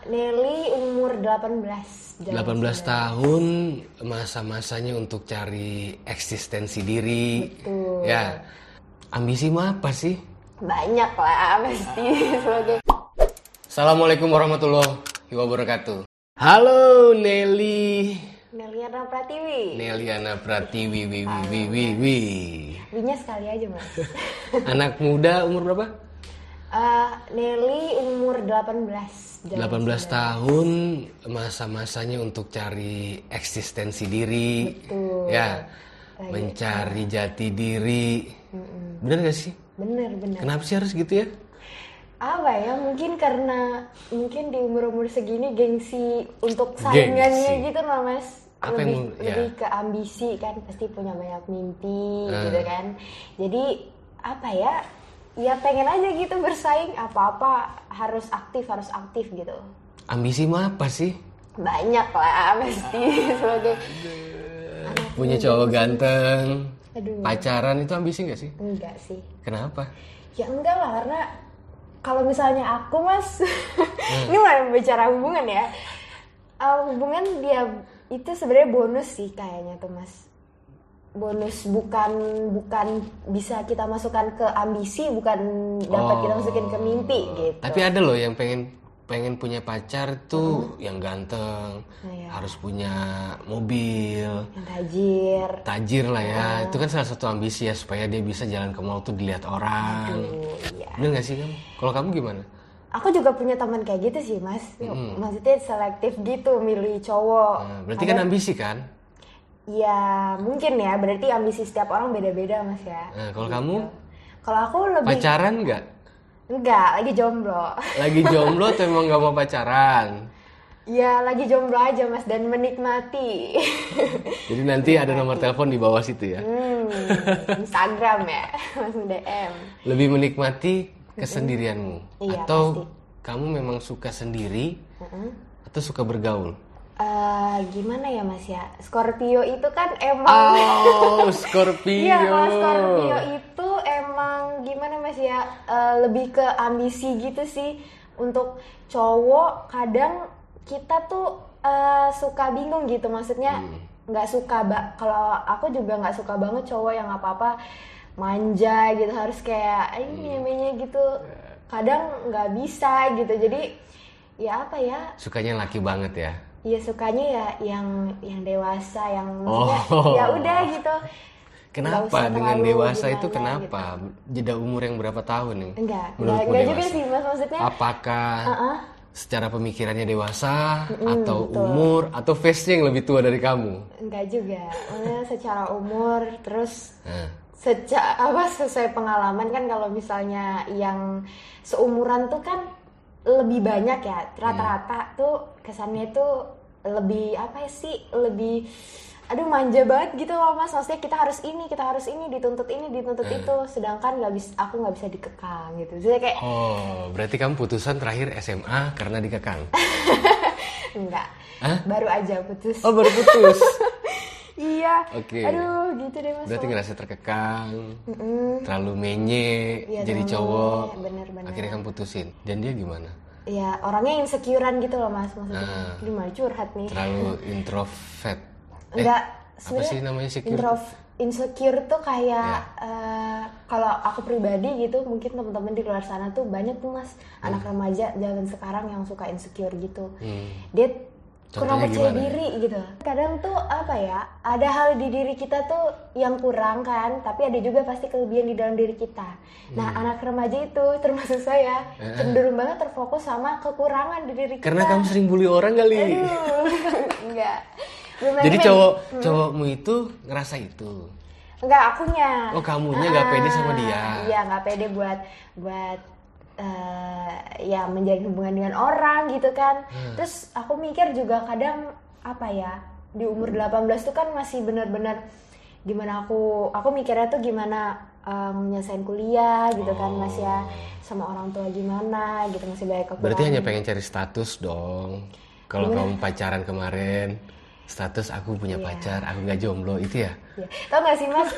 Nelly umur 18. 18 tahun, masa-masanya untuk cari eksistensi diri. Betul. Ya, ambisi mah apa sih? Banyak lah pasti sebagai. Assalamualaikum warahmatullahi wabarakatuh. Halo Nelly. Neliana Pratiwi. Neliana Pratiwi, Winya sekali aja mas. Anak muda umur berapa? Nelly umur 18. 18 tahun, masa-masanya untuk cari eksistensi diri. Betul. Ya, mencari jati diri. Bener gak sih? Bener. Kenapa sih harus gitu ya? Apa ya, mungkin karena di umur segini gengsi untuk saingannya gitu loh mas. Apa lebih ke ambisi kan, pasti punya banyak mimpi gitu kan. Jadi apa ya, ya pengen aja gitu bersaing, apa-apa harus aktif gitu. Ambisi mah apa sih? Banyak lah pasti sebagai Punya cowok ganteng. Aduh. Pacaran itu ambisi gak sih? Enggak sih. Kenapa? Ya enggak lah, karena kalau misalnya aku mas, ini mulai bicara hubungan ya. Hubungan dia itu sebenarnya bonus sih kayaknya tuh mas. Bonus, bukan bisa kita masukkan ke ambisi, bukan dapat kita masukin ke mimpi gitu. Tapi ada loh yang pengen punya pacar tuh yang ganteng, harus punya mobil, yang tajir lah ya. Itu kan salah satu ambisi ya, supaya dia bisa jalan ke mall tuh dilihat orang. Iya. Bener gak sih kamu? Kalau kamu gimana? Aku juga punya teman kayak gitu sih mas. Maksudnya selektif gitu milih cowok. Berarti kan ambisi kan? Ya mungkin ya, berarti ambisi setiap orang beda-beda mas ya. Nah, kalau kamu? Kalau aku lebih Pacaran nggak? Enggak, lagi jomblo. Lagi jomblo atau emang nggak mau pacaran? Ya lagi jomblo aja mas, dan menikmati. Jadi nanti ada nomor telepon di bawah situ ya? Instagram ya, langsung DM. Lebih menikmati kesendirianmu? Iya, atau pasti. kamu memang suka sendiri? Atau suka bergaul? Gimana ya mas ya, Scorpio itu kan emang Scorpio. Iya, kalau Scorpio itu emang gimana mas ya, lebih ke ambisi gitu sih. Untuk cowok kadang kita tuh suka bingung gitu, maksudnya nggak suka kalau aku juga nggak suka banget cowok yang apa-apa manja gitu, harus kayak namanya gitu, kadang nggak bisa gitu. Jadi ya apa ya, Sukanya laki banget ya? ya sukanya ya yang dewasa, yang maksudnya ya udah gitu. Kenapa dengan dewasa itu kenapa? Gitu. Jeda umur yang berapa tahun nih? Enggak juga sih mas, maksudnya. Apakah secara pemikirannya dewasa atau betul. Umur atau face-nya yang lebih tua dari kamu? Enggak juga, maksudnya secara umur, terus sesuai pengalaman kan. Kalau misalnya yang seumuran tuh kan lebih banyak ya, rata-rata tuh kesannya tuh lebih apa sih, lebih manja banget gitu loh mas. Maksudnya kita harus ini, dituntut itu, sedangkan aku nggak bisa dikekang gitu. Jadi kayak berarti kamu putusan terakhir SMA karena dikekang? Enggak, baru aja putus. Baru putus. Iya. Oke. Aduh, gitu deh mas. Berarti ngerasa terkekang, terlalu menye, ya, jadi cowok. Bener. Akhirnya kamu putusin. Dan dia gimana? Ya orangnya insecurean gitu loh mas, maksudnya. Gimana, curhat nih. Terlalu introvert. Enggak. Apa sih namanya insecure tuh kayak kalau aku pribadi gitu, mungkin teman-teman di luar sana tuh banyak tuh mas, anak remaja zaman sekarang yang suka insecure gitu. Dia kurang percaya diri gitu. Kadang tuh apa ya, ada hal di diri kita tuh yang kurang kan, tapi ada juga pasti kelebihan di dalam diri kita. Nah anak remaja itu termasuk saya cenderung banget terfokus sama kekurangan di diri kita. Karena kamu sering bully orang kali. Enggak. Jadi cowokmu itu ngerasa itu? Enggak, akunya. Kamunya nggak pede sama dia? Iya, nggak pede buat ya menjalin hubungan dengan orang gitu kan. Terus aku mikir juga kadang apa ya, di umur 18 tuh kan masih benar-benar gimana aku mikirnya tuh gimana menyelesaikan kuliah gitu kan mas ya, sama orang tua gimana gitu, masih banyak kekurangan. Berarti hanya pengen cari status dong. Kalau kamu pacaran kemarin, status aku punya pacar, aku nggak jomblo, itu ya? Iya. Tahu nggak sih mas,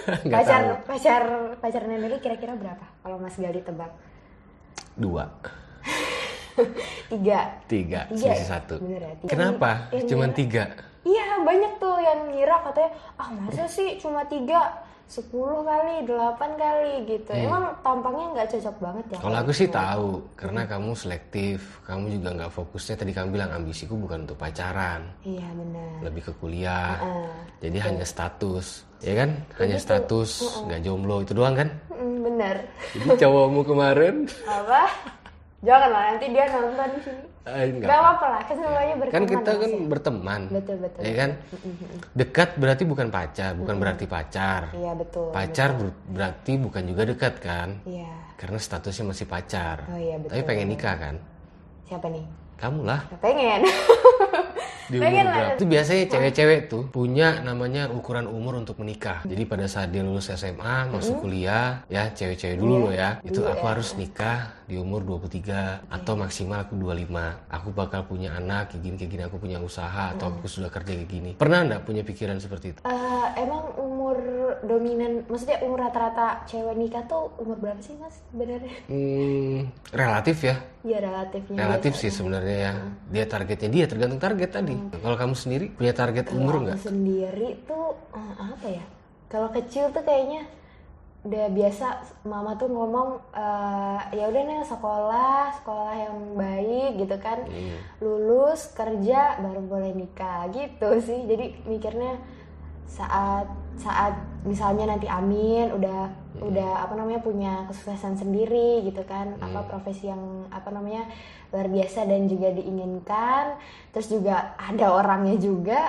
pacar Nelly kira-kira berapa? Kalau mas Gali tebak? 2. Tiga selisih ya? 1. Bener ya? Kenapa? Cuman 3? Iya, banyak tuh yang ngira katanya, masa sih cuma 3, 10 kali, 8 kali gitu. Emang tampangnya nggak cocok banget ya? Kalau aku sih tahu, karena kamu selektif, kamu juga nggak fokusnya. Tadi kamu bilang ambisiku bukan untuk pacaran, Iya benar. lebih ke kuliah. Jadi hanya status, ya kan? Hanya status, nggak jomblo itu doang kan? Bener. Jadi cowokmu kemarin, Apa? Jangan lah, nanti dia nonton di sini. enggak. Gak apa-apa lah, kan semuanya berteman. Kan kita kan Mas, ya. berteman, Betul. ya kan? Dekat berarti bukan pacar, bukan berarti pacar. Iya betul. Pacar berarti bukan juga dekat kan? Iya. Karena statusnya masih pacar. Oh iya betul. Tapi pengen nikah kan? Siapa nih? Kamu lah. Pengen. Di umur berapa? Itu biasanya cewek-cewek tuh punya namanya ukuran umur untuk menikah. Jadi pada saat dia lulus SMA, masuk kuliah, ya cewek-cewek dulu loh ya. Itu aku harus nikah di umur 23 atau maksimal aku 25. Aku bakal punya anak kayak gini, aku punya usaha atau aku sudah kerja kayak gini. Pernah enggak punya pikiran seperti itu? Emang umur dominan, maksudnya umur rata-rata cewek nikah tuh umur berapa sih mas sebenarnya? Relatif ya. Iya relatifnya. Relatif sih sebenarnya ya. Dia targetnya dia tergantung target tadi. Kalau kamu sendiri punya target umur nggak? Aku sendiri tuh apa ya? Kalau kecil tuh kayaknya udah biasa mama tuh ngomong ya udah nih sekolah yang baik gitu kan. Lulus kerja baru boleh nikah gitu sih. Jadi mikirnya saat misalnya nanti amin udah punya kesuksesan sendiri gitu kan, profesi yang luar biasa dan juga diinginkan, terus juga ada orangnya juga,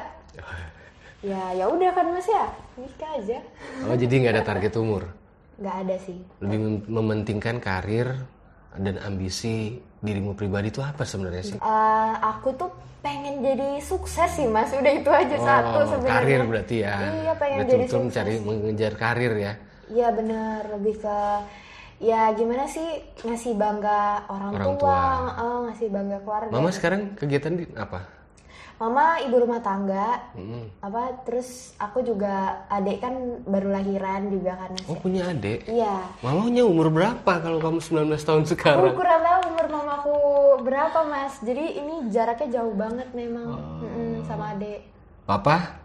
ya udah kan mas ya nikah aja. Oh jadi nggak ada target umur? Nggak ada sih. Lebih mementingkan karir dan ambisi dirimu pribadi itu apa sebenarnya sih? Aku tuh pengen jadi sukses sih mas, udah itu aja satu sebenarnya. Karir berarti ya? Iya pengen berarti jadi sukses. mengejar karir ya? Iya benar, lebih ke ya gimana sih ngasih bangga orang tua. Ngasih bangga keluarga. Mama sekarang kegiatan apa? Mama ibu rumah tangga, terus aku juga adik kan baru lahiran juga kan. Oh punya adik? Iya. Mamanya umur berapa kalau kamu 19 tahun sekarang? Aku kurang tahu umur mamaku berapa mas, jadi ini jaraknya jauh banget memang sama adik. Papa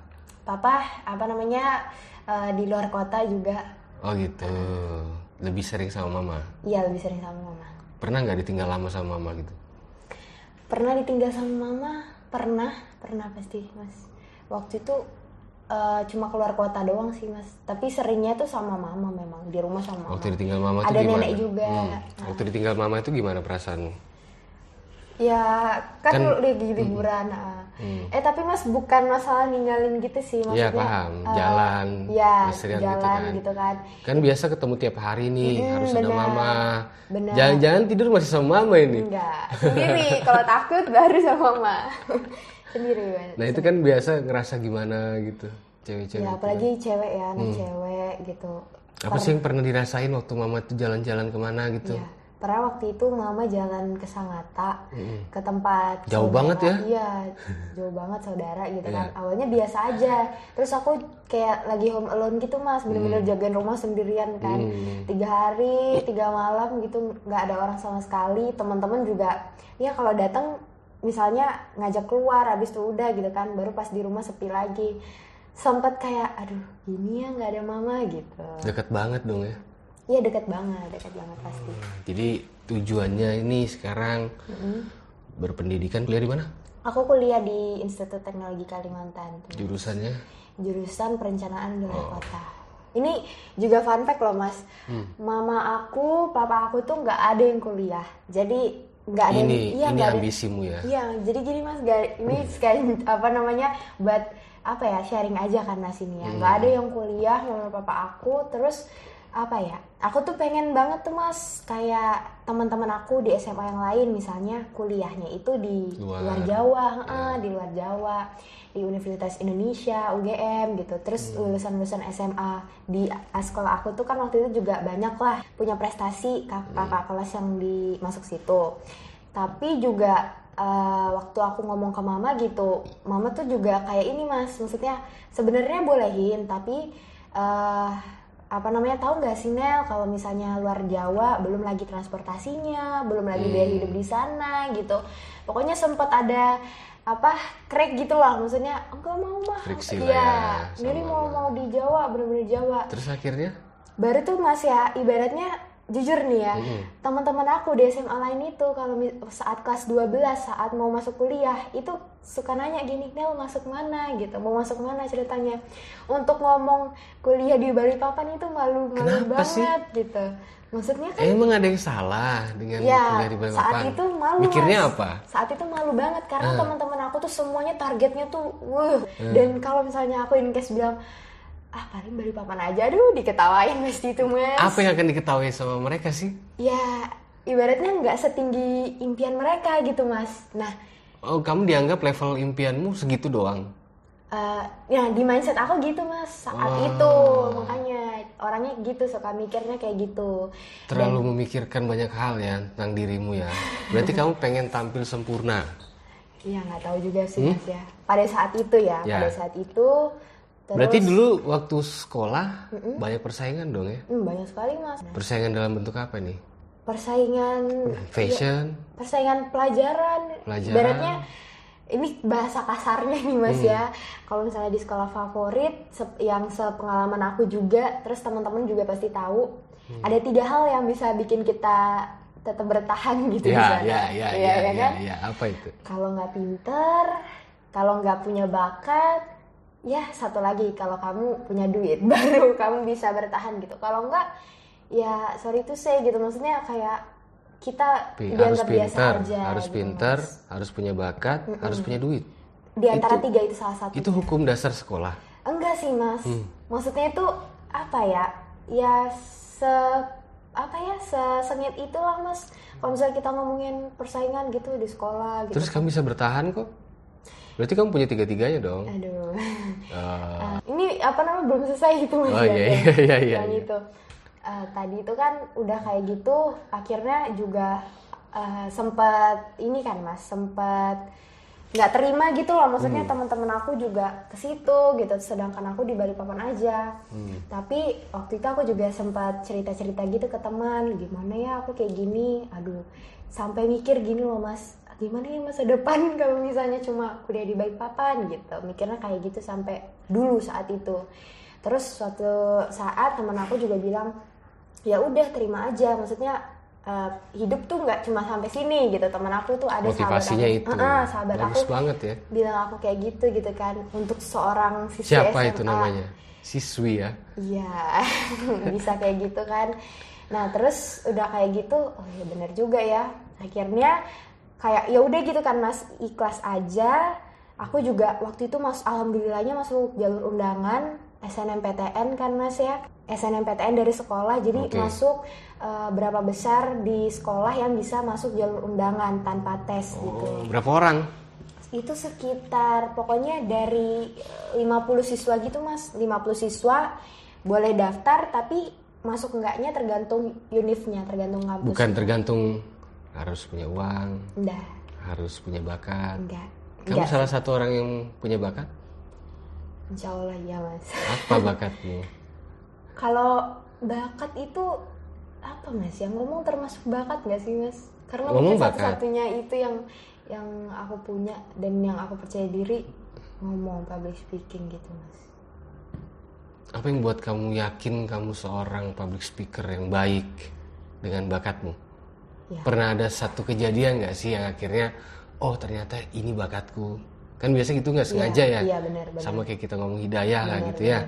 di luar kota juga. Oh gitu, lebih sering sama mama? Iya lebih sering sama mama. Pernah nggak ditinggal lama sama mama gitu? Pernah ditinggal sama mama? Pernah pasti mas. Waktu itu cuma keluar kota doang sih mas. Tapi seringnya tuh sama mama memang, di rumah sama mama. Waktu ditinggal mama itu ada gimana? Nenek juga. Waktu ditinggal mama itu gimana perasaanmu? Ya kan lagi liburan. Tapi mas bukan masalah ninggalin gitu sih maksudnya. Iya paham, jalan, jalan gitu kan. Kan biasa ketemu tiap hari nih, harus ada mama. Bener. Jangan-jangan tidur masih sama mama ini? Enggak, sendiri. Kalau takut baru sama mama. Sendiri banget. Nah itu kan biasa ngerasa gimana gitu, cewek-cewek. Ya apalagi cewek ya, anak cewek gitu. Apa sih yang pernah dirasain waktu mama tuh jalan-jalan kemana gitu? Iya. Pernah waktu itu mama jalan ke Sangatta, ke tempat jauh saudara. banget ya? Iya, jauh banget saudara gitu kan. Awalnya biasa aja, terus aku kayak lagi home alone gitu mas, bener-bener jagain rumah sendirian kan. 3 hari 3 malam gitu, nggak ada orang sama sekali. Teman-teman juga, ya kalau datang misalnya ngajak keluar, habis itu udah gitu kan. Baru pas di rumah sepi lagi, sempet kayak aduh gini ya nggak ada mama gitu. Dekat banget dong ya? Iya dekat banget pasti. Jadi tujuannya ini sekarang berpendidikan, kuliah di mana? Aku kuliah di Institut Teknologi Kalimantan. Jurusannya? Jurusan Perencanaan Wilayah Kota. Ini juga fun fact loh mas. Mama aku, papa aku tuh nggak ada yang kuliah. Jadi nggak ada. Ini ambisimu ya? Iya. Jadi gini mas, ini sekali buat sharing aja karena sini ya. Nggak ada yang kuliah mama papa aku. Terus aku tuh pengen banget tuh mas kayak teman-teman aku di SMA yang lain misalnya kuliahnya itu di luar Jawa, di luar Jawa, di Universitas Indonesia, UGM gitu. Terus lulusan SMA di sekolah aku tuh kan waktu itu juga banyak lah punya prestasi kakak kelas yang masuk situ. Tapi juga waktu aku ngomong ke mama gitu, mama tuh juga kayak ini mas, maksudnya sebenarnya bolehin tapi apa namanya, tahu nggak sih Nel, kalau misalnya luar Jawa belum lagi transportasinya, belum lagi biaya hidup di sana gitu. Pokoknya sempat ada apa crack gitu lah, maksudnya enggak mau mah. Friksi lah Iya, ya, jadi sama. mau di Jawa, bener-bener Jawa. Terus akhirnya Baru tuh Mas ya, ibaratnya jujur nih ya, teman-teman aku di SMA lain itu kalau saat kelas 12 saat mau masuk kuliah itu suka nanya gini, Nel masuk mana gitu, mau masuk mana ceritanya. Untuk ngomong kuliah di Balikpapan itu malu Kenapa banget sih? gitu. Maksudnya kan emang ada yang salah dengan ya, kuliah di Balikpapan? saat itu malu. Mikirnya Mas. apa? Saat itu malu banget karena teman-teman aku tuh semuanya targetnya tuh dan kalau misalnya aku in case bilang paling Balikpapan aja, aduh diketawain Mas itu Mas. Apa yang akan diketahui sama mereka sih? Ya ibaratnya nggak setinggi impian mereka gitu Mas. Nah Kamu dianggap level impianmu segitu doang? ya di mindset aku gitu Mas saat itu, makanya orangnya gitu, suka mikirnya kayak gitu. Terlalu memikirkan banyak hal ya tentang dirimu ya. Berarti kamu pengen tampil sempurna. Iya nggak tahu juga sih Mas ya. Pada saat itu ya. Pada saat itu. Terus, berarti dulu waktu sekolah banyak persaingan dong ya? Banyak sekali Mas. Persaingan dalam bentuk apa nih? Persaingan Fashion? Ya, persaingan pelajaran. Ibaratnya ini bahasa kasarnya nih Mas ya. Kalau misalnya di sekolah favorit yang sepengalaman aku juga, terus teman-teman juga pasti tahu, ada 3 hal yang bisa bikin kita tetap bertahan gitu di sana. Ya, apa itu? Kalau nggak pinter, kalau nggak punya bakat, ya satu lagi kalau kamu punya duit baru kamu bisa bertahan gitu. Kalau nggak, ya sorry to say gitu, maksudnya kayak kita harus pintar, harus gitu, pintar, harus punya bakat, harus punya duit. Di antara 3 itu salah satu. Itu hukum dasar sekolah? Enggak sih Mas. Maksudnya itu apa ya? Ya sesengit itulah Mas. Kalau misalnya kita ngomongin persaingan gitu di sekolah gitu. Terus kamu bisa bertahan kok? Berarti kamu punya 3-3-nya dong? Aduh. Ini apa namanya belum selesai gitu Mas. Oh iya. Yang itu. Tadi itu kan udah kayak gitu, akhirnya juga sempat ini kan Mas, sempat nggak terima gitu loh, maksudnya teman-teman aku juga ke situ gitu, sedangkan aku di Balikpapan aja. Tapi waktu itu aku juga sempat cerita-cerita gitu ke teman, gimana ya aku kayak gini, aduh sampai mikir gini loh Mas, gimana ya masa depan kalau misalnya cuma kuliah di Balikpapan gitu, mikirnya kayak gitu sampai dulu saat itu. Terus suatu saat teman aku juga bilang, ya udah terima aja, maksudnya hidup tuh nggak cuma sampai sini gitu. Teman aku tuh ada motivasinya sahabat bagus aku banget ya, bilang aku kayak gitu kan, untuk seorang siswi siapa SMA. itu namanya, siswi ya? Iya bisa kayak gitu kan. Nah terus udah kayak gitu, oh ya benar juga ya, akhirnya kayak ya udah gitu kan Mas, ikhlas aja. Aku juga waktu itu alhamdulillahnya masuk jalur undangan SNMPTN kan Mas ya, SNMPTN dari sekolah, jadi masuk berapa besar di sekolah yang bisa masuk jalur undangan tanpa tes gitu. Berapa orang? Itu sekitar pokoknya dari 50 siswa gitu Mas, 50 siswa boleh daftar, tapi masuk enggaknya tergantung univnya, tergantung kampus. Bukan tergantung harus punya uang, enggak, harus punya bakat. Enggak. Kamu salah satu orang yang punya bakat? Insya Allah ya Mas. Apa bakatmu? Kalau bakat itu apa Mas? Yang ngomong termasuk bakat nggak sih Mas? Karena ngomong mungkin bakat. satu-satunya itu yang aku punya dan yang aku percaya diri, ngomong, public speaking gitu Mas. Apa yang buat kamu yakin kamu seorang public speaker yang baik dengan bakatmu? Ya. Pernah ada satu kejadian nggak sih yang akhirnya, oh ternyata ini bakatku? Kan biasa gitu nggak sengaja ya? Iya benar. Sama kayak kita ngomong hidayah lah gitu ya.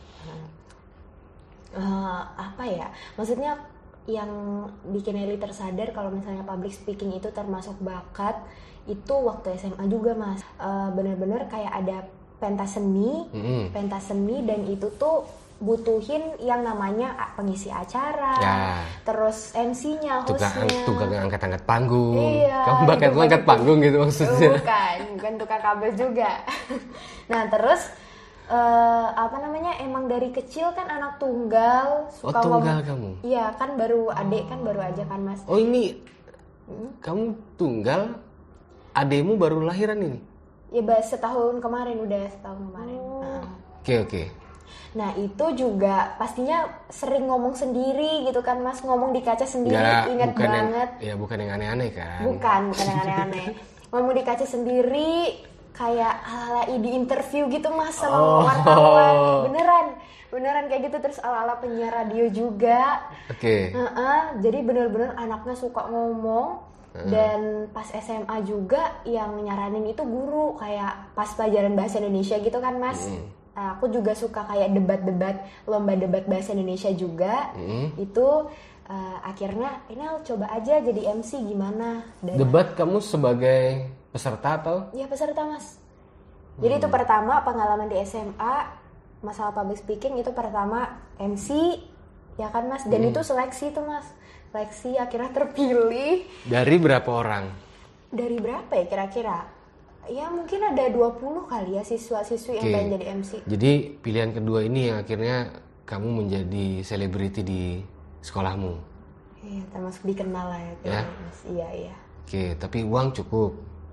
Apa ya? Maksudnya yang bikin Eli tersadar kalau misalnya public speaking itu termasuk bakat, itu waktu SMA juga Mas. Benar-benar kayak ada pentas seni dan itu tuh butuhin yang namanya pengisi acara, terus MC-nya, hostnya, tukang angkat-angkat panggung. Iya, kamu bakatmu angkat panggung gitu maksudnya? Bukan tukang kabel juga. Nah terus emang dari kecil kan anak tunggal, suka tunggal kamu? Iya kan, baru adik kan baru aja kan Mas. Oh ini kamu tunggal, adekmu baru lahiran ini? Ya setahun kemarin, udah setahun kemarin. Oke. Nah itu juga pastinya sering ngomong sendiri gitu kan Mas, ngomong di kaca sendiri. Ingat banget. Bukan yang aneh-aneh kan? Bukan yang aneh-aneh. Ngomong di kaca sendiri kayak ala-ala di interview gitu Mas sama wartawan. Beneran kayak gitu, terus ala-ala penyiar radio juga. Oke. Jadi bener-bener anaknya suka ngomong. Dan pas SMA juga yang nyaranin itu guru, kayak pas pelajaran bahasa Indonesia gitu kan Mas. Aku juga suka kayak lomba debat bahasa Indonesia juga. Itu akhirnya ini coba aja jadi MC gimana. Debat kamu sebagai peserta atau? Iya peserta Mas. Jadi itu pertama pengalaman di SMA, masalah public speaking itu pertama MC, ya kan Mas. Dan itu seleksi tuh Mas. Seleksi akhirnya terpilih. Dari berapa orang? Dari berapa ya kira-kira? Ya mungkin ada 20 kali ya siswa-siswi yang pengen jadi MC. Jadi pilihan kedua ini yang akhirnya kamu menjadi selebriti di sekolahmu. Iya, termasuk dikenal lah ya. Iya. Oke, tapi uang cukup.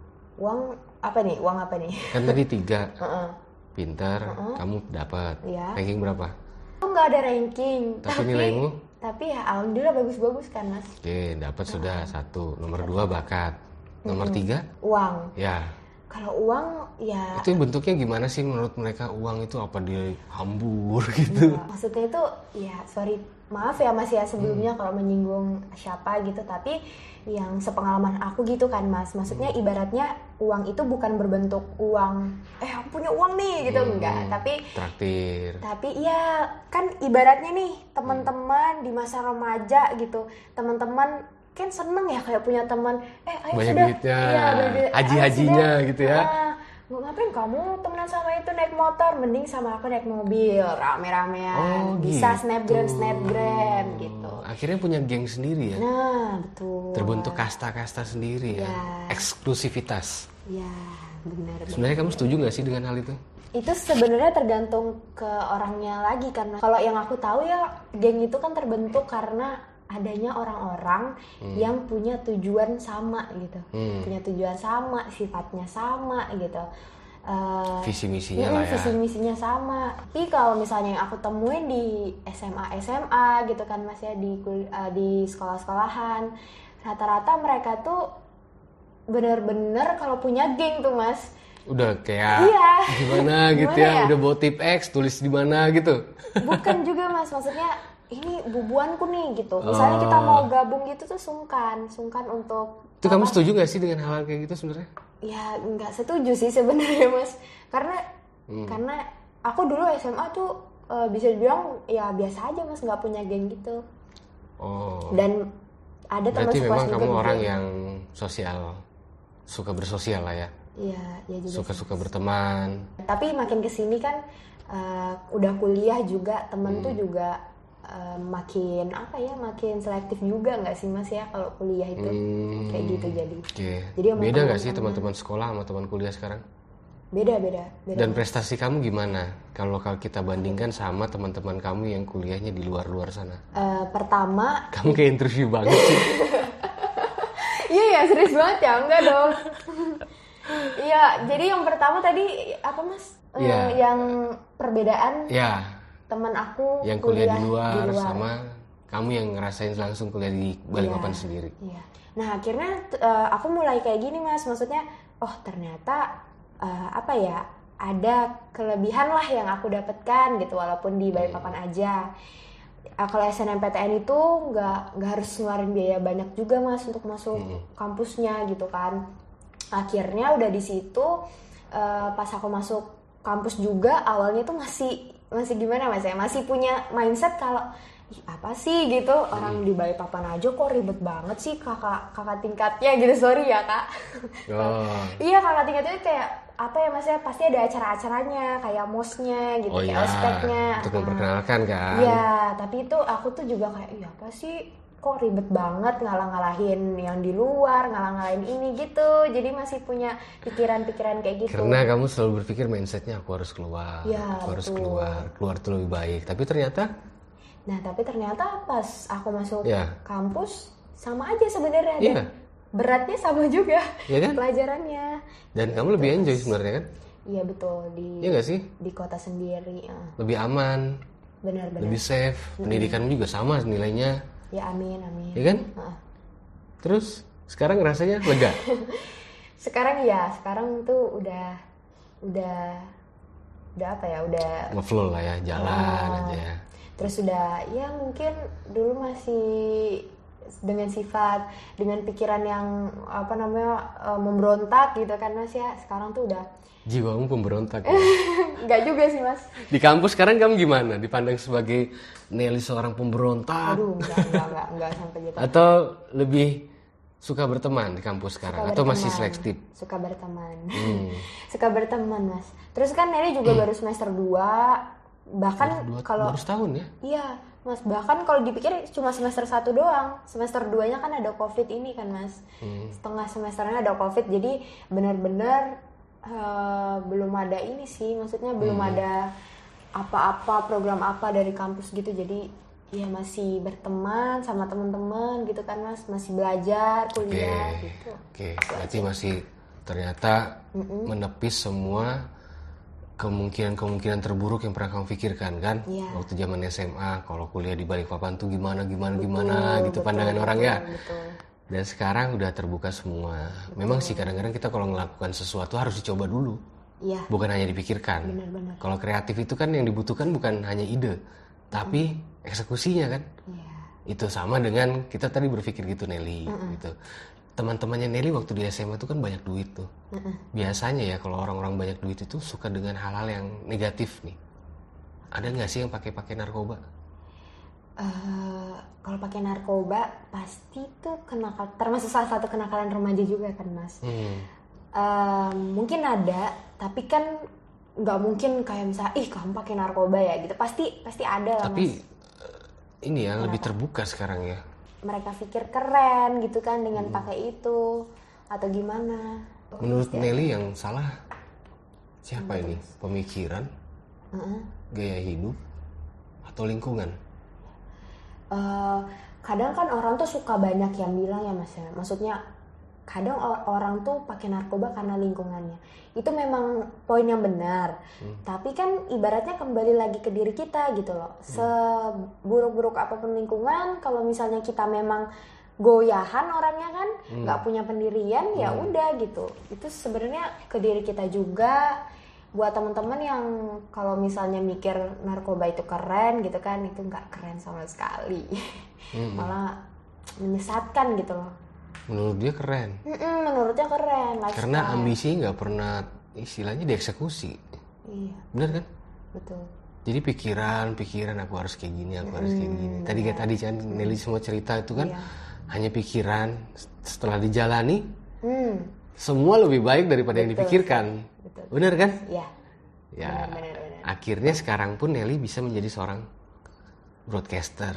Uang apa nih? Uang apa nih? Kan tadi 3. Pintar, kamu dapat. Iya. Ranking berapa? Aku nggak ada ranking. Tapi nilaimu? Tapi ya alhamdulillah bagus-bagus kan Mas. Oke, dapat sudah 1. Nomor 2 bakat. Nomor 3? Uang. Ya. Kalau uang ya... Itu bentuknya gimana sih menurut mereka? Uang itu apa, dihambur gitu? Ya, maksudnya itu ya maaf ya Mas ya sebelumnya kalau menyinggung siapa gitu. Tapi yang sepengalaman aku gitu kan Mas. Maksudnya ibaratnya uang itu bukan berbentuk uang aku punya uang nih gitu, enggak. Tapi traktir. Tapi ya kan ibaratnya nih teman-teman di masa remaja gitu. Teman-teman kan seneng ya kayak punya teman, ayo banyak sudah, duitnya, ya, haji-hajinya gitu ya. Ngapain kamu temenan sama itu naik motor, mending sama aku naik mobil, rame-ramean, bisa gitu. snapgram gitu. Akhirnya punya geng sendiri ya. Nah betul. Terbentuk kasta-kasta sendiri ya. Eksklusivitas. Ya benar. Sebenarnya kamu setuju nggak sih dengan hal itu? Itu sebenarnya tergantung ke orangnya lagi, karena kalau yang aku tahu ya geng itu kan terbentuk karena adanya orang-orang yang punya tujuan sama gitu, punya tujuan sama, sifatnya sama gitu, visi misinya lah ya. Visi misinya sama. Tapi kalau misalnya yang aku temuin di SMA gitu kan Mas ya, di sekolah-sekolahan, rata-rata mereka tuh bener-bener kalau punya geng tuh Mas. Udah kayak gimana gitu ya, udah bawa tip X, tulis di mana gitu. Bukan juga Mas, maksudnya ini bubuanku nih gitu. Misalnya kita mau gabung gitu tuh sungkan untuk. Itu kamu setuju gak sih dengan hal kayak gitu sebenarnya? Ya nggak setuju sih sebenarnya Mas. Karena aku dulu SMA tuh bisa dibilang ya biasa aja Mas, nggak punya geng gitu. Dan ada teman sekelas juga. Berarti memang kamu orang yang sosial, suka bersosial lah ya. Iya juga. Suka berteman. Tapi makin kesini kan udah kuliah juga, temen tuh juga makin selektif juga nggak sih Mas ya kalau kuliah itu kayak gitu jadi. Jadi beda nggak sih teman-teman sekolah sama teman kuliah sekarang? Beda. Dan prestasi kamu gimana kalau kita bandingkan sama teman-teman kamu yang kuliahnya di luar sana? Pertama, kamu kayak interview banget sih. Iya serius banget ya, enggak dong. Iya, jadi yang pertama tadi apa Mas? Yang perbedaan. Teman aku yang kuliah di luar sama kamu yang ngerasain langsung kuliah di Balikpapan sendiri. Iya. Nah akhirnya aku mulai kayak gini Mas, maksudnya ternyata ada kelebihan lah yang aku dapatkan gitu walaupun di Balikpapan aja. Kalau SNMPTN itu nggak harus ngeluarin biaya banyak juga Mas untuk masuk kampusnya gitu kan. Akhirnya udah di situ pas aku masuk kampus juga awalnya tuh masih gimana Mas ya, masih punya mindset kalau apa sih gitu, orang di Balikpapan aja kok ribet banget sih kakak tingkatnya gitu, sorry ya Kak. Iya kakak tingkatnya kayak apa ya Mas ya, pasti ada acara-acaranya kayak mosnya gitu, kayak ospeknya untuk memperkenalkan kan. Iya, tapi itu aku tuh juga kayak apa sih kok ribet banget ngalah-ngalahin yang di luar, ngalah-ngalahin ini gitu. Jadi masih punya pikiran-pikiran kayak gitu. Karena kamu selalu berpikir mindsetnya aku harus keluar, harus keluar tuh lebih baik. Tapi ternyata pas aku masuk kampus sama aja sebenarnya. Dan beratnya sama juga, kan? Pelajarannya. Dan kamu lebih enjoy sebenarnya kan? Iya betul, Iya nggak sih? di kota sendiri. Lebih aman, Benar-benar. lebih safe, pendidikan juga sama nilainya. Ya amin. Iya kan? Terus sekarang rasanya lega? Sekarang tuh udah apa ya, udah ngeflow lah ya, jalan aja ya. Terus udah ya mungkin dulu masih dengan sifat, dengan pikiran yang apa namanya memberontak gitu kan Mas ya. Sekarang tuh udah jiwamu pemberontak ya? Enggak juga sih Mas. Di kampus sekarang kamu gimana? Dipandang sebagai Nelly seorang pemberontak? Aduh, enggak sampai gitu. Atau lebih suka berteman di kampus sekarang? Atau masih selektif? Suka berteman. Suka berteman Mas. Terus kan Nelly juga baru semester 2. Bahkan kalau baru setahun ya? Iya Mas, bahkan kalau dipikir cuma semester 1 doang. Semester 2-nya kan ada Covid ini kan Mas. Setengah semesternya ada Covid, jadi benar-benar belum ada ini sih, maksudnya belum ada apa-apa, program apa dari kampus gitu. Jadi ya masih berteman sama teman-teman gitu kan Mas, masih belajar, kuliah gitu. Oke, berarti masih ternyata menepis semua kemungkinan terburuk yang pernah kamu pikirkan kan? Waktu zaman SMA, kalau kuliah di Balikpapan tuh gimana gitu pandangan orang ya. Betul. Dan sekarang udah terbuka semua. Memang sih kadang-kadang kita kalau melakukan sesuatu harus dicoba dulu. Iya. Bukan hanya dipikirkan. Benar-benar. Kalau kreatif itu kan yang dibutuhkan bukan hanya ide, tapi eksekusinya kan. Iya. Itu sama dengan kita tadi berpikir gitu Nelly gitu. Teman-temannya Nelly waktu di SMA itu kan banyak duit tuh. Biasanya ya kalau orang-orang banyak duit itu suka dengan hal-hal yang negatif nih. Ada nggak sih yang pakai narkoba? Kalau pakai narkoba pasti tuh termasuk salah satu kenakalan remaja juga kan Mas. Mungkin ada, tapi kan nggak mungkin kayak misalnya kamu pakai narkoba ya gitu. Pasti ada lah tapi, Mas. Ini ya lebih terbuka sekarang ya. Mereka pikir keren gitu kan dengan pakai itu atau gimana. Menurut Nelly yang salah siapa ini? Pemikiran, gaya hidup, atau lingkungan? Kadang kan orang tuh suka banyak yang bilang ya Mas ya. Maksudnya kadang orang tuh pakai narkoba karena lingkungannya. Itu memang poin yang benar. Tapi kan ibaratnya kembali lagi ke diri kita gitu loh. Seburuk-buruk apapun lingkungan, kalau misalnya kita memang goyahan orangnya kan, nggak punya pendirian, ya udah gitu. Itu sebenarnya ke diri kita juga. Buat teman-teman yang kalau misalnya mikir narkoba itu keren gitu kan, itu nggak keren sama sekali. Malah menyesatkan gitu loh. Menurut dia keren. Menurutnya keren. Lifestyle. Karena ambisi nggak pernah istilahnya dieksekusi. Iya. Benar kan? Betul. Jadi pikiran aku harus kayak gini, harus kayak gini. Tadi kan Nelly semua cerita itu kan hanya pikiran. Setelah dijalani, semua lebih baik daripada yang dipikirkan. Betul. Benar kan? Iya. Ya. Benar. Akhirnya sekarang pun Nelly bisa menjadi seorang broadcaster.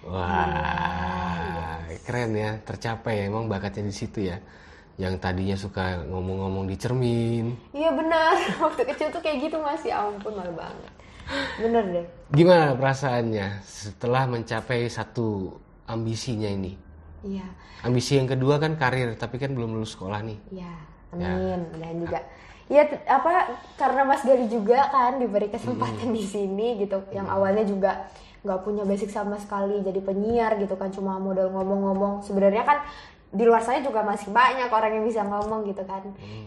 Wah, keren ya, tercapai ya, emang bakatnya di situ ya. Yang tadinya suka ngomong-ngomong di cermin. Iya benar, waktu kecil tuh kayak gitu Mas, ya ampun malu banget. Bener deh. Gimana perasaannya setelah mencapai satu ambisinya ini? Iya. Ambisi yang kedua kan karir, tapi kan belum lulus sekolah nih. Iya, amin. Dan juga ya karena Mas Gali juga kan diberi kesempatan di sini gitu. Yang awalnya juga nggak punya basic sama sekali jadi penyiar gitu kan, cuma modal ngomong-ngomong. Sebenarnya kan di luar saya juga masih banyak orang yang bisa ngomong gitu kan.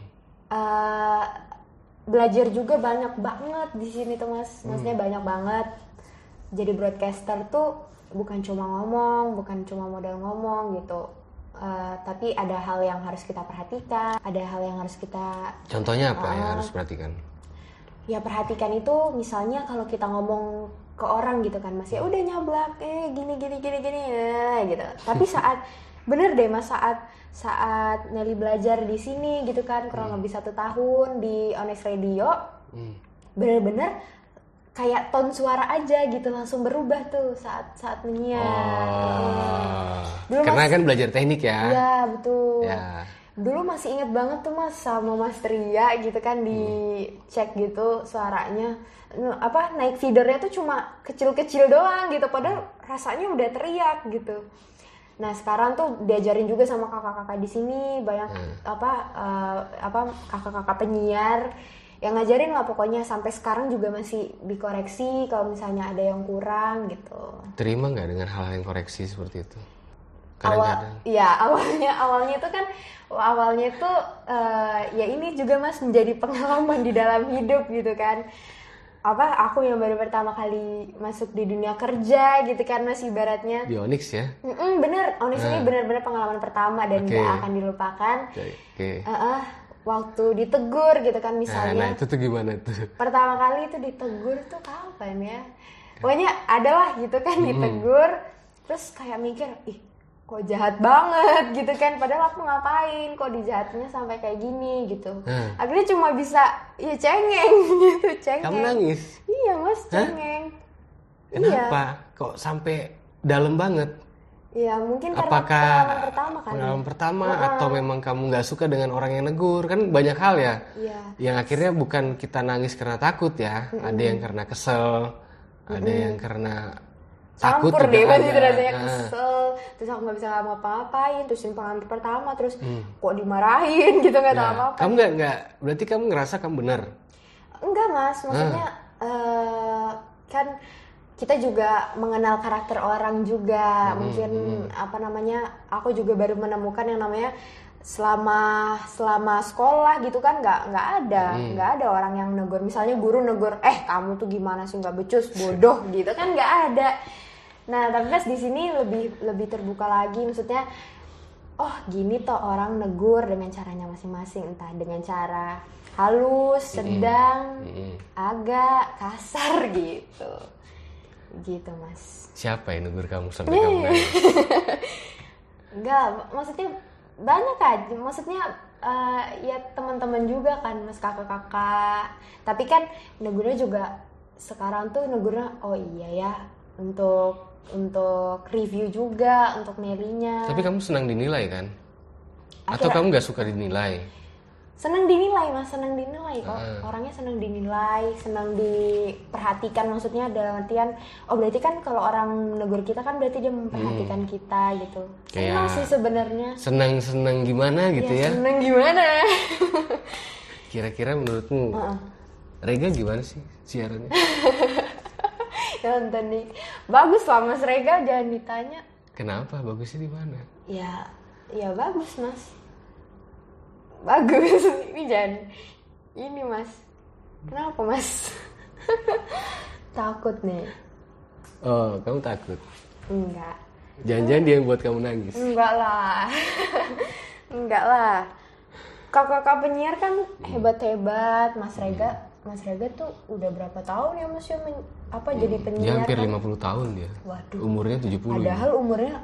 Belajar juga banyak banget di sini tuh Mas, maksudnya banyak banget. Jadi broadcaster tuh bukan cuma ngomong, bukan cuma modal ngomong gitu. Tapi ada hal yang harus kita perhatikan, ada hal yang harus kita. Contohnya apa yang harus perhatikan? Ya perhatikan itu misalnya kalau kita ngomong ke orang gitu kan Mas, ya udah nyablak gini gitu. Tapi bener deh Mas, saat Nelly belajar di sini gitu kan kurang lebih 1 tahun di Honest Radio, bener-bener kayak tone suara aja gitu langsung berubah tuh saat menyiar. Karena kan belajar teknik ya. Iya betul. Ya. Dulu masih inget banget tuh Mas sama Mas Tria gitu kan, dicek gitu suaranya. Naik feedernya tuh cuma kecil-kecil doang gitu, padahal rasanya udah teriak gitu. Nah sekarang tuh diajarin juga sama kakak-kakak di sini banyak kakak-kakak penyiar yang ngajarin lah pokoknya, sampai sekarang juga masih dikoreksi kalau misalnya ada yang kurang gitu. Terima nggak dengan hal-hal yang koreksi seperti itu? Awalnya itu kan ya ini juga Mas menjadi pengalaman di dalam hidup gitu kan. Aku yang baru pertama kali masuk di dunia kerja gitu kan Mas, ibaratnya di Onyx ya. Bener, Onyx ini benar-benar pengalaman pertama dan gak akan dilupakan. Waktu ditegur gitu kan misalnya. Nah itu tuh gimana tuh? Pertama kali itu ditegur tuh kapan ya? Pokoknya adalah gitu kan ditegur, terus kayak mikir, kok jahat banget gitu kan, padahal aku ngapain kok dijahatinnya sampai kayak gini gitu. Akhirnya cuma bisa ya cengeng gitu, cengeng. Kamu nangis? Iya Mas, cengeng. Kenapa? Kok sampai dalam banget? Ya mungkin karena pengalaman pertama kan. Pengalaman pertama atau memang kamu nggak suka dengan orang yang negur? Kan banyak hal ya. Yang akhirnya bukan kita nangis karena takut ya. Ada yang karena kesel, ada yang karena takut campur deh pasti ada. Rasanya kesel, terus aku nggak bisa ngapa-ngapain, terus ini pengalaman pertama, terus kok dimarahin gitu, nggak tahu apa-apa. Kamu nggak berarti kamu ngerasa kamu benar? Enggak Mas, maksudnya kan kita juga mengenal karakter orang juga, mungkin aku juga baru menemukan yang namanya selama sekolah gitu kan nggak ada orang yang negur, misalnya guru negur kamu tuh gimana sih nggak becus, bodoh gitu kan, nggak ada. Nah tapi pas di sini lebih terbuka lagi, maksudnya gini toh orang negur dengan caranya masing-masing, entah dengan cara halus, sedang, agak kasar gitu Mas. Siapa yang negur kamu sampai kamu nangis? Enggak, maksudnya banyak aja, maksudnya ya teman-teman juga kan Mas, kakak-kakak. Tapi kan negurnya juga sekarang tuh negurnya iya ya untuk review juga, untuk nilainya. Tapi kamu senang dinilai kan? Atau kamu nggak suka dinilai? Senang dinilai Mas, senang dinilai kok. Orangnya senang dinilai, senang diperhatikan, maksudnya dalam artian berarti kan kalau orang negur kita kan berarti dia memperhatikan kita gitu. Senang sih sebenarnya. Senang gimana gitu ya? Senang gimana? Kira-kira menurutmu Rega gimana sih siarannya? Nonton nih. Bagus lah Mas Rega, jangan ditanya. Kenapa? Bagusnya di mana? Ya bagus Mas. Bagus. Ini Mas. Kenapa Mas? Takut nih. Oh, kamu takut? Enggak. Jangan-jangan dia yang buat kamu nangis? Enggak lah. Enggak lah. Kakak-kakak penyiar kan hebat-hebat. Mas Rega tuh udah berapa tahun ya Mas jadi penyiar? Dia hampir kan? 50 tahun dia. Waduh. Umurnya 70. Padahal umurnya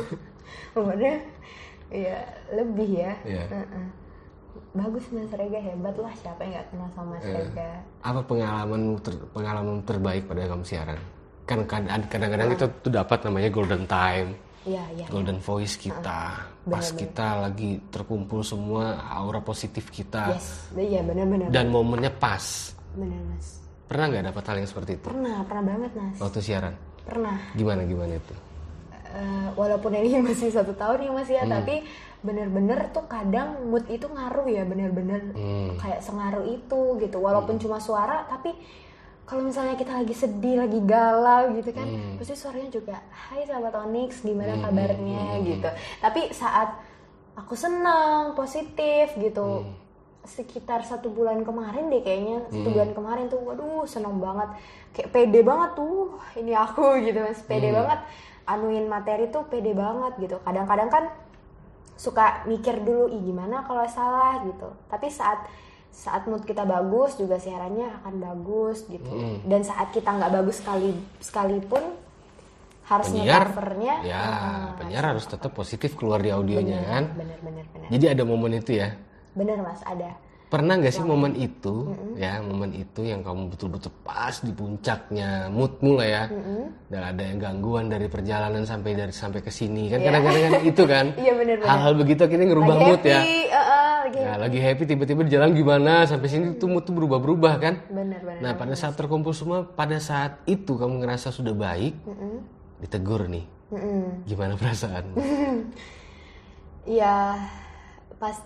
ya lebih ya. Bagus Mas Rega, hebat lah, siapa yang gak kenal sama Mas Rega. Apa pengalaman terbaik pada kamu siaran? Kan kadang-kadang kita tuh dapat namanya golden time. Golden voice kita. Pas kita lagi terkumpul semua, aura positif kita. Iya benar-benar. Dan momennya pas. Benar Mas. Pernah nggak dapat hal yang seperti itu? Pernah banget Mas. Waktu siaran? Pernah. Gimana itu? Walaupun ini masih 1 tahun ya Mas ya, tapi bener-bener tuh kadang mood itu ngaruh ya, bener-bener kayak sengaruh itu gitu. Walaupun cuma suara, tapi kalau misalnya kita lagi sedih, lagi galau gitu kan, pasti suaranya juga, hai sahabat Onyx, gimana kabarnya gitu. Tapi saat aku senang, positif gitu, sekitar 1 bulan kemarin deh kayaknya, 1 bulan kemarin tuh, waduh seneng banget, kayak pede banget tuh, ini aku gitu Mas, pede banget, anuin materi tuh pede banget gitu. Kadang-kadang kan suka mikir dulu, gimana kalau salah gitu. Tapi saat mood kita bagus juga siarannya akan bagus gitu. Dan saat kita nggak bagus sekalipun harus nge-covernya. Ya, penyiar harus tetap positif keluar di audionya kan. Bener. Jadi ada momen itu ya. Bener Mas, ada. Pernah nggak sih momen itu, momen itu yang kamu betul-betul pas di puncaknya moodmu lah ya, dan ada yang gangguan dari perjalanan sampai ke sini kan, kadang-kadang kan itu kan, hal-hal begitu akhirnya ngerubah lagi mood happy, ya. Lagi happy tiba-tiba di jalan gimana sampai sini tuh mood tuh berubah-berubah kan. Bener. Nah pada saat terkumpul semua, pada saat itu kamu ngerasa sudah baik, ditegur nih, gimana perasaanmu? Ya pas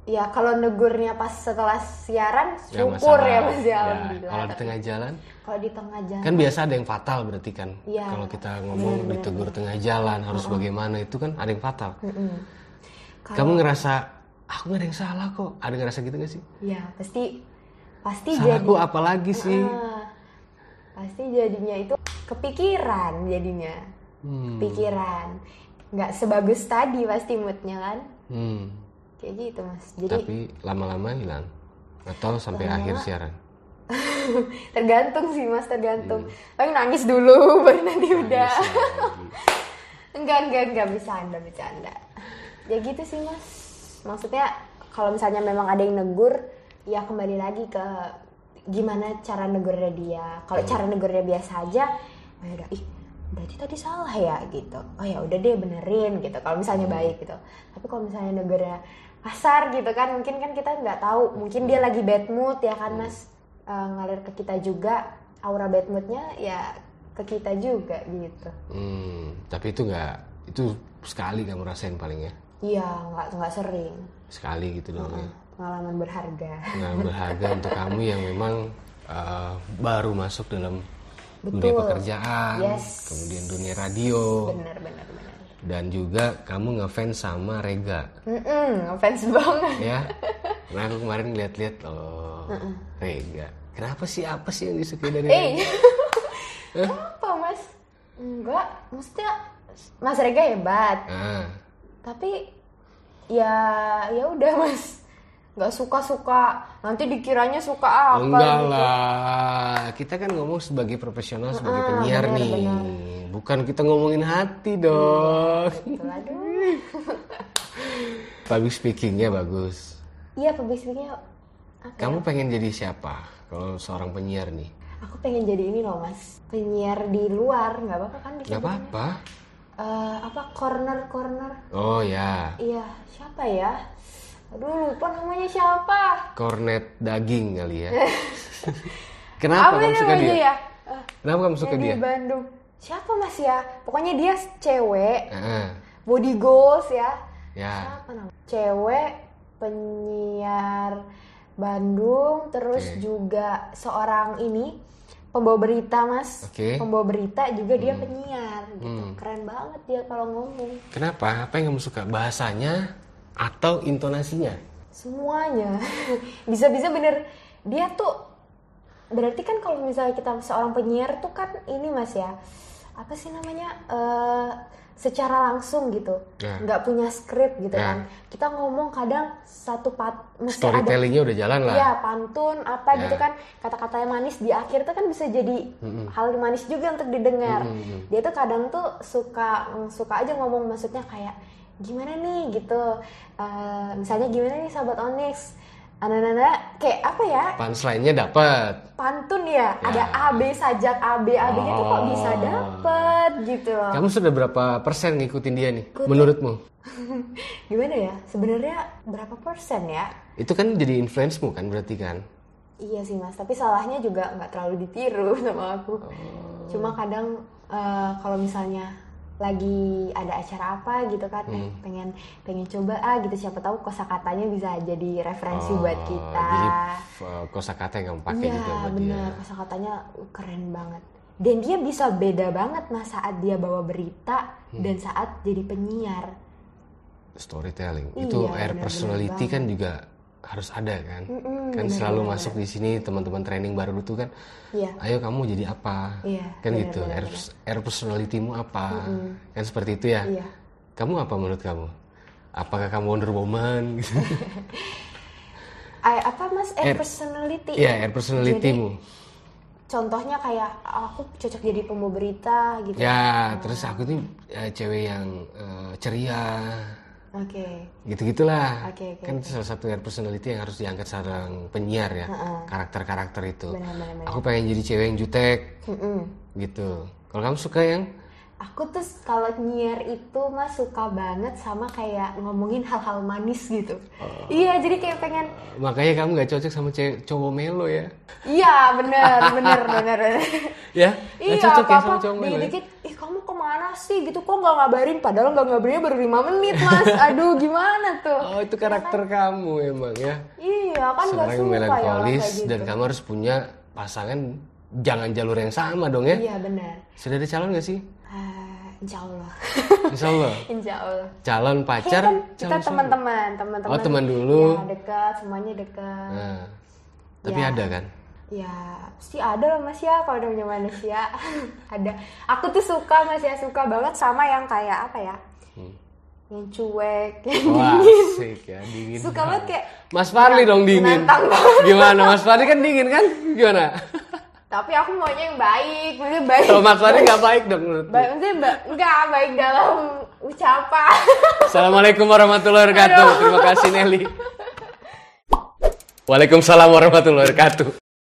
Ya kalau negurnya pas setelah siaran Nggak syukur masalah. ya Mas ya, Ya, alhamdulillah. kalau di tengah jalan Kalau di tengah jalan kan biasa ada yang fatal berarti kan. Iya, Kalau kita ngomong ditegur tengah jalan harus bagaimana, itu kan ada yang fatal. Kamu ngerasa aku nggak ada yang salah kok, ada ngerasa gitu nggak sih? ya pasti Salahku jadi apa lagi sih? pasti jadinya itu kepikiran jadinya. Kepikiran. Nggak sebagus tadi pasti moodnya kan. Kayak gitu Mas. Jadi Tapi lama-lama hilang atau sampai akhir siaran? tergantung sih Mas, tergantung. Paling nangis dulu baru nanti udah. Enggak bercanda. Ya gitu sih Mas. Maksudnya kalau misalnya memang ada yang negur, ya kembali lagi ke gimana cara negurnya dia. Kalau cara negurnya biasa aja, oh ya udah, berarti tadi salah ya gitu. Oh ya udah deh benerin gitu. Kalau misalnya baik gitu. Tapi kalau misalnya negurnya kasar gitu kan, mungkin kan kita nggak tahu. Mungkin dia lagi bad mood ya kan Mas, ngalir ke kita juga. Aura bad moodnya ya ke kita juga gitu. Tapi itu sekali kamu rasain paling ya? Iya, nggak sering. Sekali gitu dong ya. Pengalaman berharga. Pengalaman berharga untuk kamu yang memang baru masuk dalam dunia Betul. pekerjaan, kemudian dunia radio, Benar. dan juga kamu ngefans sama Rega, Ngefans banget. ya. Nah aku kemarin lihat-lihat, Rega. Kenapa sih? Apa sih yang disukai dari Rega? Apa Mas? Enggak, maksudnya Mas Rega hebat. Tapi ya udah Mas, nggak suka nanti dikiranya suka apa. Enggak gitu. lah, kita kan ngomong sebagai profesional, sebagai penyiar nih, bukan kita ngomongin hati dong. Betul, aduh. Public speakingnya bagus. Iya, public speaking-nya apa? Kamu pengen jadi siapa kalau seorang penyiar nih? Aku pengen jadi ini loh Mas, penyiar di luar, nggak apa-apa kan? Nggak apa-apa. Corner. Oh ya. Iya, siapa ya? Aduh, lupa namanya siapa. Kornet daging kali ya. Kenapa kamu suka dia? Ya? Kenapa kamu suka Yang dia? di Bandung. Siapa Mas ya? Pokoknya dia cewek, Heeh. body goals ya. Ya. Siapa namanya? Cewek, penyiar Bandung, terus juga seorang ini pembawa berita Mas. Pembawa berita juga dia penyiar gitu. Keren banget dia kalau ngomong. Kenapa? Apa yang kamu suka? Bahasanya atau intonasinya? Semuanya. Bisa-bisa bener. Dia tuh berarti kan kalau misalnya kita seorang penyiar tuh kan ini Mas ya. Apa sih namanya? Secara langsung gitu. Nggak punya skrip gitu kan. Kita ngomong kadang mesti storytellingnya udah jalan lah. Iya, pantun apa gitu kan. Kata-katanya manis di akhir tuh kan bisa jadi hal manis juga untuk didengar. Dia tuh kadang tuh suka aja ngomong, maksudnya kayak gimana nih gitu. Misalnya gimana nih sahabat Onyx. Kayak apa ya? Punchline-nya dapet. Pantun ya, ada AB sajak AB-nya tuh kok bisa dapet gitu loh. Kamu sudah berapa persen ngikutin dia nih, menurutmu? Gimana ya? Sebenarnya berapa persen ya? Itu kan jadi influence-mu kan berarti kan? Iya sih Mas, tapi salahnya juga nggak terlalu ditiru sama aku. Cuma kadang kalau misalnya lagi ada acara apa gitu kan, pengen coba gitu, siapa tahu kosakatanya bisa jadi referensi buat kita. Jadi kosakata yang kamu pakai juga buat dia. Bener, kosakatanya keren banget. Dan dia bisa beda banget Mas saat dia bawa berita dan saat jadi penyiar. Storytelling. Iya, Itu air bener-bener personality banget. kan juga harus ada kan? Kan selalu masuk di sini teman-teman training baru itu kan. Iya. Ayo kamu jadi apa? Iya, Kan bener, gitu. bener. Air personality-mu apa? Kan seperti itu ya. Iya. Kamu apa menurut kamu? Apakah kamu Wonder Woman gitu? Apa Mas? Air personality. Iya, air personality-mu. Contohnya kayak aku cocok jadi pembawa berita gitu. Ya, terus aku nih cewek yang ceria. Oke. Gitu-gitulah. Oke. Kan itu salah satu air personality yang harus diangkat seorang penyiar ya. Karakter-karakter itu. Benar. Aku pengen jadi cewek yang jutek. Gitu. Kalau kamu suka yang Aku tuh kalau nyiar itu Mas suka banget sama kayak ngomongin hal-hal manis gitu. Iya, jadi kayak pengen. Makanya kamu nggak cocok sama cowok melo ya? Iya, bener. Ya? Iya, nggak cocok ya sama apa-apa cowok melo? dikit-dikit, ih kamu kemana sih gitu, kok nggak ngabarin? Padahal nggak ngabarinnya baru 5 menit Mas. Aduh, gimana tuh? Oh, itu karakter kamu emang ya? Iya, kan nggak Seorang suka ya melankolis kayak gitu. dan kamu harus punya pasangan jangan jalur yang sama dong ya? Iya, benar. Sudah ada calon nggak sih? Insya Allah. Insya Allah. Insya Allah. Calon pacar? Kan kita calon suami? teman-teman. Oh, teman dulu. Ya, dekat, semuanya dekat. Nah, tapi Ya. ada kan? Ya, pasti ada lah Mas ya kalau namanya manusia. Ada. Aku tuh suka Mas ya, suka banget sama yang kayak apa ya? Yang cuek, yang Wah, dingin. asik ya, dingin. Suka banget kayak Mas Fadli dong dingin. menantang banget. Gimana? Mas Fadli kan dingin kan? Gimana? Tapi aku maunya yang baik, maksudnya baik. Kalau Mas Fadli nggak baik dong menurutku. Baik, maksudnya enggak baik dalam ucapan. Assalamualaikum warahmatullahi wabarakatuh. Terima kasih Nelly. Waalaikumsalam warahmatullahi wabarakatuh.